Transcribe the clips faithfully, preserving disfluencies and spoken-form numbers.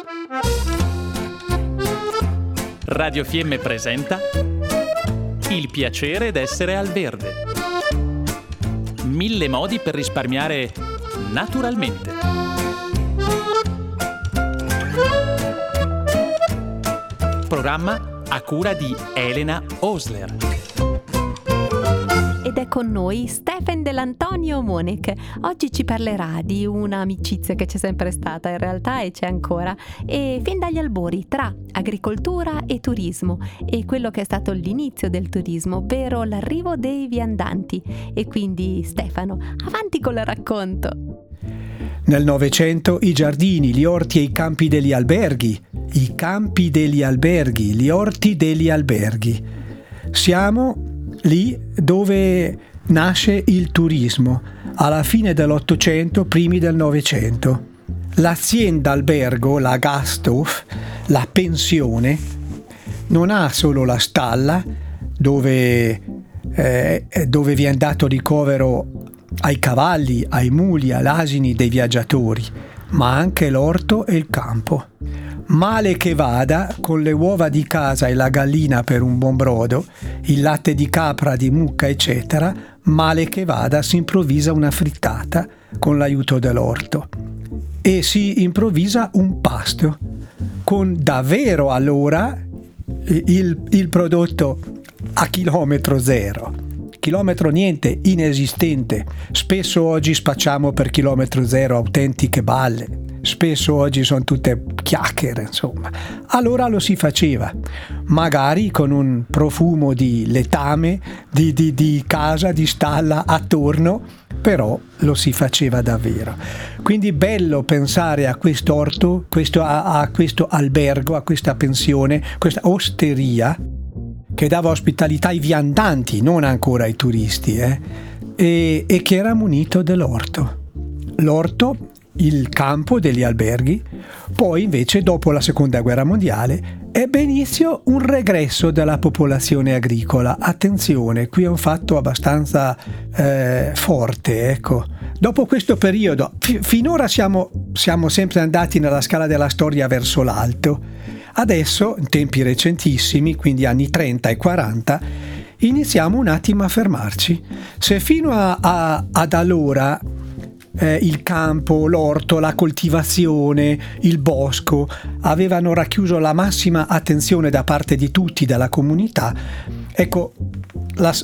Radio Fiemme presenta Il piacere d'essere al verde. Mille modi per risparmiare naturalmente. Programma a cura di Elena Osler. Ed è con noi Stefan Dell'Antonio Monek. Oggi ci parlerà di un'amicizia che c'è sempre stata in realtà e c'è ancora, e fin dagli albori, tra agricoltura e turismo, e quello che è stato l'inizio del turismo, ovvero l'arrivo dei viandanti. E quindi Stefano, avanti con il racconto. Nel Novecento i giardini, gli orti e i campi degli alberghi, i campi degli alberghi, gli orti degli alberghi. Siamo lì dove nasce il turismo, alla fine dell'Ottocento, primi del Novecento. L'azienda albergo, la Gasthof, la pensione, non ha solo la stalla dove, eh, dove viene dato ricovero ai cavalli, ai muli, agli asini dei viaggiatori, ma anche l'orto e il campo. Male che vada, con le uova di casa e la gallina per un buon brodo, il latte di capra, di mucca, eccetera, male che vada si improvvisa una frittata con l'aiuto dell'orto. E si improvvisa un pasto, con davvero allora il, il prodotto a chilometro zero. Chilometro niente, inesistente. Spesso oggi spacciamo per chilometro zero autentiche balle. Spesso oggi sono tutte chiacchiere, insomma. Allora lo si faceva, magari con un profumo di letame, di, di, di casa, di stalla attorno, però lo si faceva davvero. Quindi bello pensare a quest'orto, questo, a, a questo albergo, a questa pensione, questa osteria che dava ospitalità ai viandanti, non ancora ai turisti, eh? e, e che era munito dell'orto. L'orto, il campo degli alberghi. Poi invece, dopo la seconda guerra mondiale, ebbe inizio un regresso della popolazione agricola. Attenzione, qui è un fatto abbastanza eh, forte, ecco. Dopo questo periodo, fi- finora siamo, siamo sempre andati nella scala della storia verso l'alto. Adesso, in tempi recentissimi, quindi anni trenta e quaranta, iniziamo un attimo a fermarci. Se fino a, a, ad allora Eh, il campo, l'orto, la coltivazione, il bosco avevano racchiuso la massima attenzione da parte di tutti, della comunità, ecco, la,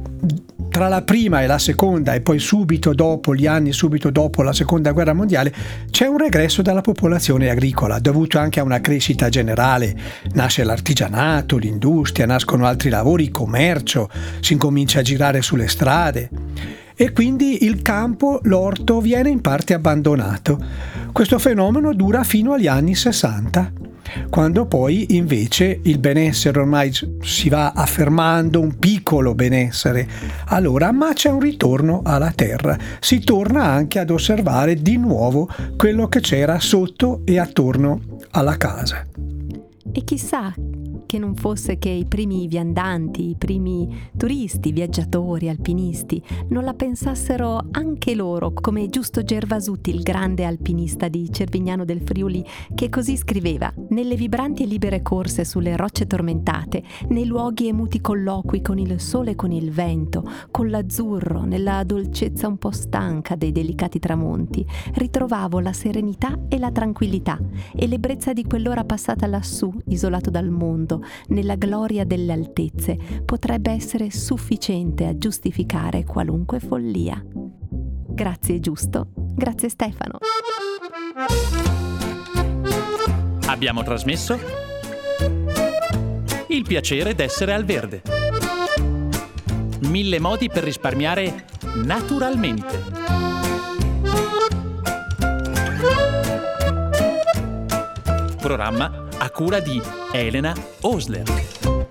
tra la prima e la seconda e poi subito dopo, gli anni subito dopo la seconda guerra mondiale, c'è un regresso della popolazione agricola dovuto anche a una crescita generale. Nasce l'artigianato, l'industria, nascono altri lavori, il commercio, si incomincia a girare sulle strade. E quindi il campo, l'orto, viene in parte abbandonato. Questo fenomeno dura fino agli anni sessanta, quando poi invece il benessere ormai si va affermando, un piccolo benessere. Allora, ma c'è un ritorno alla terra. Si torna anche ad osservare di nuovo quello che c'era sotto e attorno alla casa. E chissà che non fosse che i primi viandanti, i primi turisti, viaggiatori, alpinisti non la pensassero anche loro, come Giusto Gervasuti, il grande alpinista di Cervignano del Friuli, che così scriveva: nelle vibranti e libere corse sulle rocce tormentate, nei luoghi e muti colloqui con il sole e con il vento, con l'azzurro, nella dolcezza un po' stanca dei delicati tramonti, ritrovavo la serenità e la tranquillità e l'ebbrezza di quell'ora passata lassù, isolato dal mondo, nella gloria delle altezze, potrebbe essere sufficiente a giustificare qualunque follia. Grazie Giusto, grazie Stefano. Abbiamo trasmesso Il piacere d'essere al verde. Mille modi per risparmiare naturalmente. Programma a cura di Elena Osler.